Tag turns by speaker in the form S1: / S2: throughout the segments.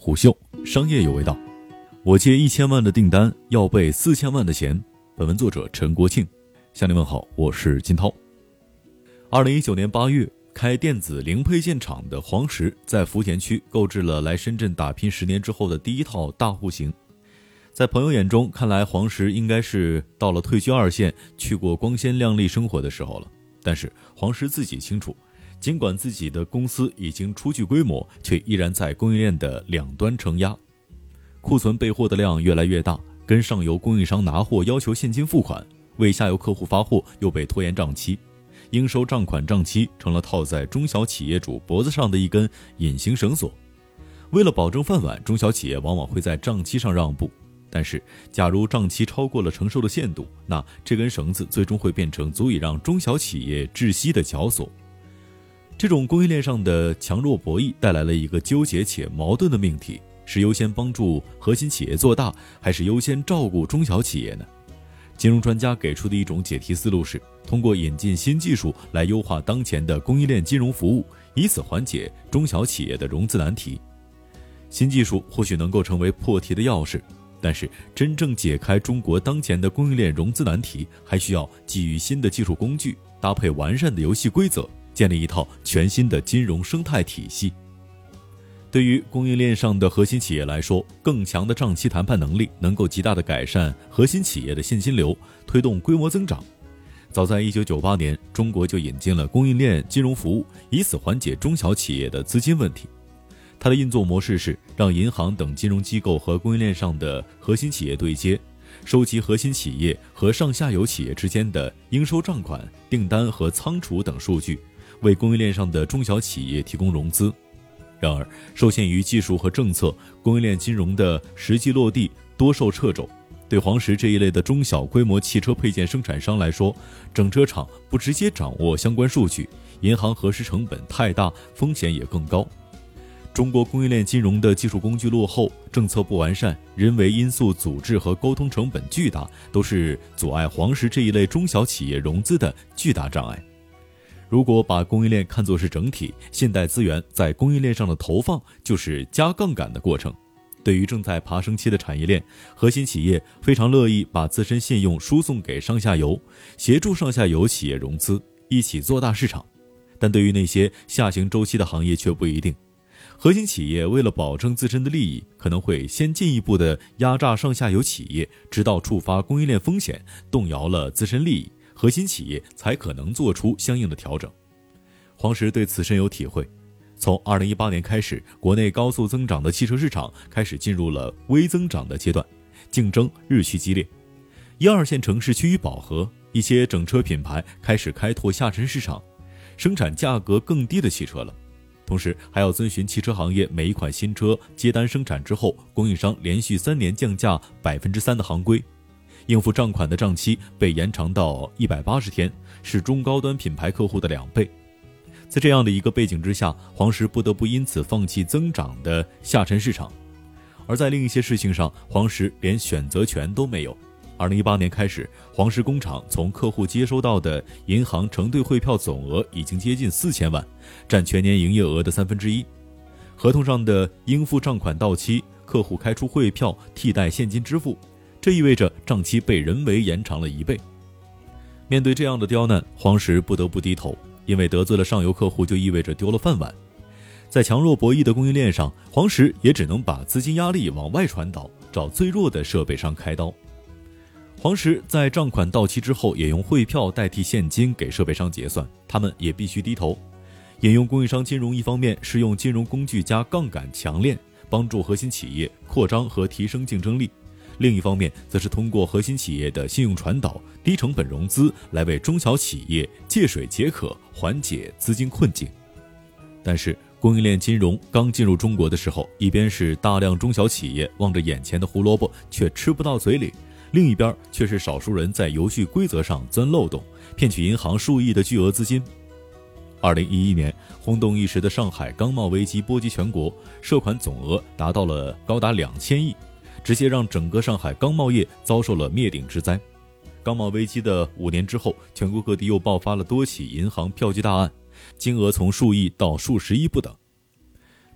S1: 虎嗅商业有味道，我借1000万的订单要备4000万的钱。本文作者陈国庆，向您问好，我是金涛。2019年8月，开电子零配件厂的黄石在福田区购置了来深圳打拼10年之后的第一套大户型。在朋友眼中看来，黄石应该是到了退居二线，去过光鲜亮丽生活的时候了。但是黄石自己清楚，尽管自己的公司已经初具规模，却依然在供应链的两端承压，库存备货的量越来越大，跟上游供应商拿货要求现金付款，为下游客户发货又被拖延账期，应收账款账期成了套在中小企业主脖子上的一根隐形绳索。为了保证饭碗，中小企业往往会在账期上让步，但是假如账期超过了承受的限度，那这根绳子最终会变成足以让中小企业窒息的绞索。这种供应链上的强弱博弈带来了一个纠结且矛盾的命题，是优先帮助核心企业做大，还是优先照顾中小企业呢？金融专家给出的一种解题思路是，通过引进新技术来优化当前的供应链金融服务，以此缓解中小企业的融资难题。新技术或许能够成为破题的钥匙，但是真正解开中国当前的供应链融资难题，还需要基于新的技术工具，搭配完善的游戏规则，建立一套全新的金融生态体系。对于供应链上的核心企业来说，更强的账期谈判能力能够极大地改善核心企业的现金流，推动规模增长。早在1998年，中国就引进了供应链金融服务，以此缓解中小企业的资金问题。它的运作模式是让银行等金融机构和供应链上的核心企业对接，收集核心企业和上下游企业之间的应收账款、订单和仓储等数据，为供应链上的中小企业提供融资。然而，受限于技术和政策，供应链金融的实际落地多受掣肘。对黄石这一类的中小规模汽车配件生产商来说，整车厂不直接掌握相关数据，银行核实成本太大，风险也更高。中国供应链金融的技术工具落后，政策不完善，人为因素阻滞和沟通成本巨大，都是阻碍黄石这一类中小企业融资的巨大障碍。如果把供应链看作是整体，现代资源在供应链上的投放就是加杠杆的过程。对于正在爬升期的产业链，核心企业非常乐意把自身信用输送给上下游，协助上下游企业融资，一起做大市场。但对于那些下行周期的行业却不一定。核心企业为了保证自身的利益，可能会先进一步的压榨上下游企业，直到触发供应链风险，动摇了自身利益，核心企业才可能做出相应的调整。黄石对此深有体会。从2018年开始，国内高速增长的汽车市场开始进入了微增长的阶段，竞争日趋激烈。1、2线城市趋于饱和，一些整车品牌开始开拓下沉市场，生产价格更低的汽车了。同时还要遵循汽车行业每一款新车接单生产之后，供应商连续3年降价3%的行规。应付账款的账期被延长到180天，是中高端品牌客户的2倍。在这样的一个背景之下，黄石不得不因此放弃增长的下沉市场。而在另一些事情上，黄石连选择权都没有。2018年开始，黄石工厂从客户接收到的银行承兑汇票总额已经接近4000万，占全年营业额的1/3。合同上的应付账款到期，客户开出汇票替代现金支付，这意味着账期被人为延长了1倍。面对这样的刁难，黄石不得不低头，因为得罪了上游客户就意味着丢了饭碗。在强弱博弈的供应链上，黄石也只能把资金压力往外传导，找最弱的设备商开刀。黄石在账款到期之后，也用汇票代替现金给设备商结算，他们也必须低头。引用供应商金融，一方面是用金融工具加杠杆强链，帮助核心企业扩张和提升竞争力；另一方面，则是通过核心企业的信用传导、低成本融资，来为中小企业借水解渴，缓解资金困境。但是供应链金融刚进入中国的时候，一边是大量中小企业望着眼前的胡萝卜却吃不到嘴里，另一边却是少数人在游戏规则上钻漏洞，骗取银行数亿的巨额资金。2011年，轰动一时的上海钢贸危机波及全国，涉款总额达到了高达2000亿，直接让整个上海钢贸业遭受了灭顶之灾。钢贸危机的5年之后，全国各地又爆发了多起银行票据大案，金额从数亿到数十亿不等。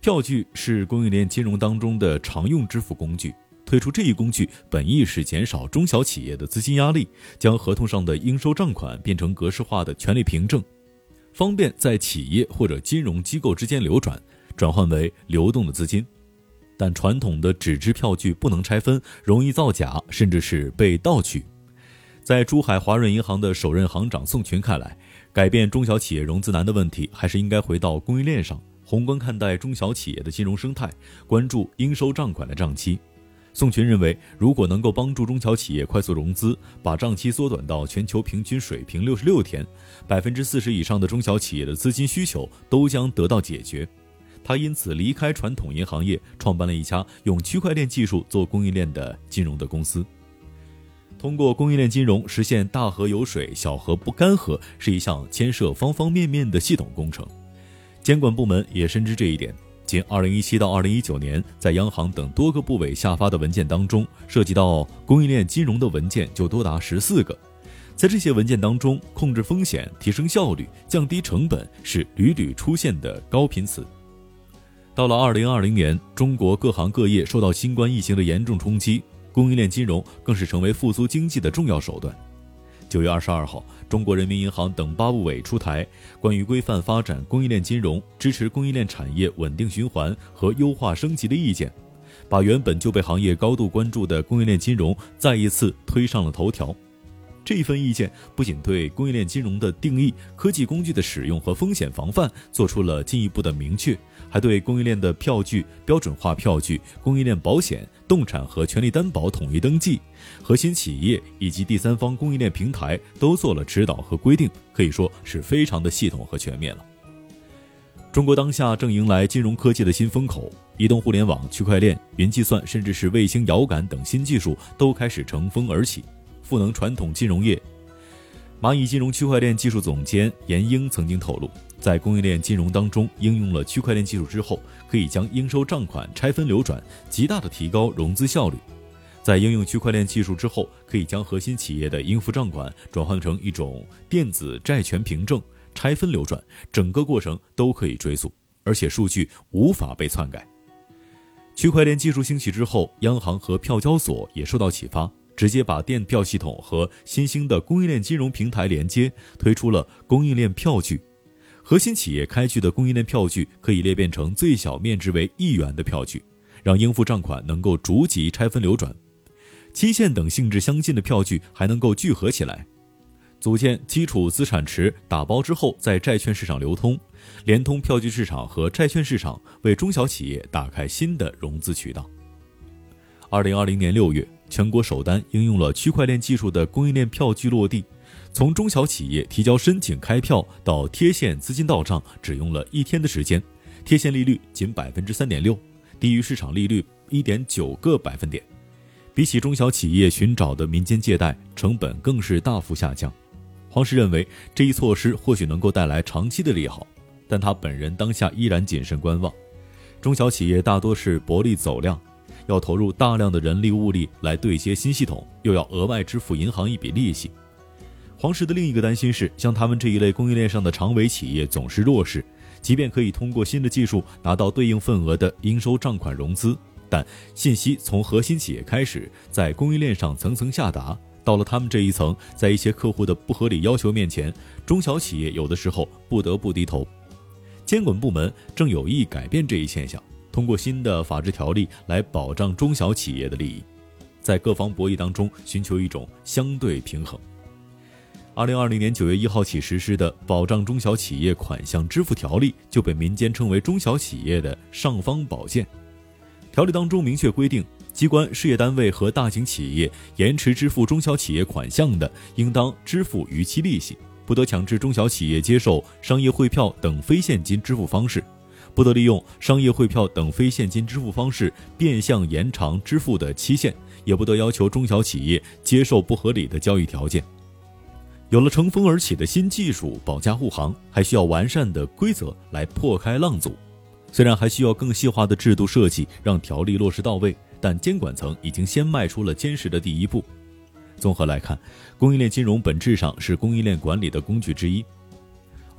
S1: 票据是供应链金融当中的常用支付工具，推出这一工具本意是减少中小企业的资金压力，将合同上的应收账款变成格式化的权利凭证，方便在企业或者金融机构之间流转，转换为流动的资金。但传统的纸质票据不能拆分，容易造假，甚至是被盗取。在珠海华润银行的首任行长宋群看来，改变中小企业融资难的问题，还是应该回到供应链上，宏观看待中小企业的金融生态，关注应收账款的账期。宋群认为，如果能够帮助中小企业快速融资，把账期缩短到全球平均水平66天，40%以上的中小企业的资金需求都将得到解决。他因此离开传统银行业，创办了一家用区块链技术做供应链的金融的公司。通过供应链金融实现大河有水，小河不干涸，是一项牵涉方方面面的系统工程。监管部门也深知这一点，仅2017到2019年，在央行等多个部委下发的文件当中，涉及到供应链金融的文件就多达14个。在这些文件当中，控制风险、提升效率、降低成本是屡屡出现的高频词。到了2020年，中国各行各业受到新冠疫情的严重冲击，供应链金融更是成为复苏经济的重要手段。9月22号，中国人民银行等8部委出台关于规范发展供应链金融、支持供应链产业稳定循环和优化升级的意见，把原本就被行业高度关注的供应链金融再一次推上了头条。这份意见不仅对供应链金融的定义、科技工具的使用和风险防范做出了进一步的明确，还对供应链的票据、标准化票据、供应链保险、动产和权利担保统一登记、核心企业以及第三方供应链平台都做了指导和规定，可以说是非常的系统和全面了。中国当下正迎来金融科技的新风口，移动互联网、区块链、云计算，甚至是卫星遥感等新技术都开始乘风而起，赋能传统金融业。蚂蚁金融区块链技术总监严英曾经透露，在供应链金融当中应用了区块链技术之后，可以将应收账款拆分流转，极大的提高融资效率。在应用区块链技术之后，可以将核心企业的应付账款转换成一种电子债权凭证，拆分流转，整个过程都可以追溯，而且数据无法被篡改。区块链技术兴起之后，央行和票交所也受到启发，直接把电票系统和新兴的供应链金融平台连接，推出了供应链票据。核心企业开具的供应链票据可以裂变成最小面值为1元的票据，让应付账款能够逐级拆分流转。期限等性质相近的票据还能够聚合起来，组建基础资产池，打包之后在债券市场流通，连通票据市场和债券市场，为中小企业打开新的融资渠道。2020年6月，全国首单应用了区块链技术的供应链票据落地，从中小企业提交申请开票到贴现资金到账，只用了1天的时间，贴现利率仅 3.6%， 低于市场利率 1.9个百分点。比起中小企业寻找的民间借贷，成本更是大幅下降。黄石认为这一措施或许能够带来长期的利好，但他本人当下依然谨慎观望。中小企业大多是薄利走量，要投入大量的人力物力来对接新系统，又要额外支付银行一笔利息。黄石的另一个担心是，像他们这一类供应链上的长尾企业总是弱势，即便可以通过新的技术拿到对应份额的应收账款融资，但信息从核心企业开始，在供应链上层层下达，到了他们这一层，在一些客户的不合理要求面前，中小企业有的时候不得不低头。监管部门正有意改变这一现象，通过新的法治条例来保障中小企业的利益，在各方博弈当中寻求一种相对平衡。2020年9月1号起实施的保障中小企业款项支付条例就被民间称为中小企业的尚方宝剑。条例当中明确规定，机关、事业单位和大型企业延迟支付中小企业款项的，应当支付逾期利息，不得强制中小企业接受商业汇票等非现金支付方式，不得利用商业汇票等非现金支付方式变相延长支付的期限，也不得要求中小企业接受不合理的交易条件。有了乘风而起的新技术保驾护航，还需要完善的规则来破开浪阻。虽然还需要更细化的制度设计让条例落实到位，但监管层已经先迈出了坚实的第一步。综合来看，供应链金融本质上是供应链管理的工具之一，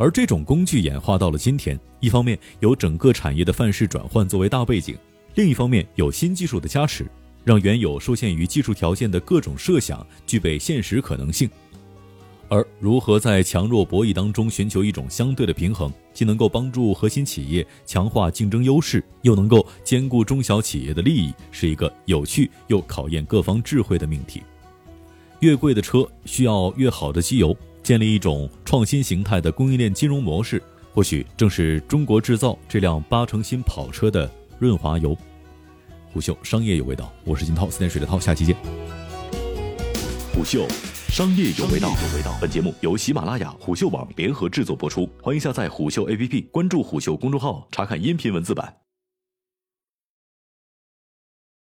S1: 而这种工具演化到了今天，一方面有整个产业的范式转换作为大背景，另一方面有新技术的加持，让原有受限于技术条件的各种设想具备现实可能性。而如何在强弱博弈当中寻求一种相对的平衡，既能够帮助核心企业强化竞争优势，又能够兼顾中小企业的利益，是一个有趣又考验各方智慧的命题。越贵的车需要越好的机油，建立一种创新形态的供应链金融模式，或许正是中国制造这辆8成新跑车的润滑油。虎嗅商业有味道，我是金涛，4点水的涛，下期见。
S2: 虎嗅商业有味道，本节目由喜马拉雅、虎嗅网联合制作播出，欢迎下载虎嗅 APP， 关注虎嗅公众号，查看音频文字版。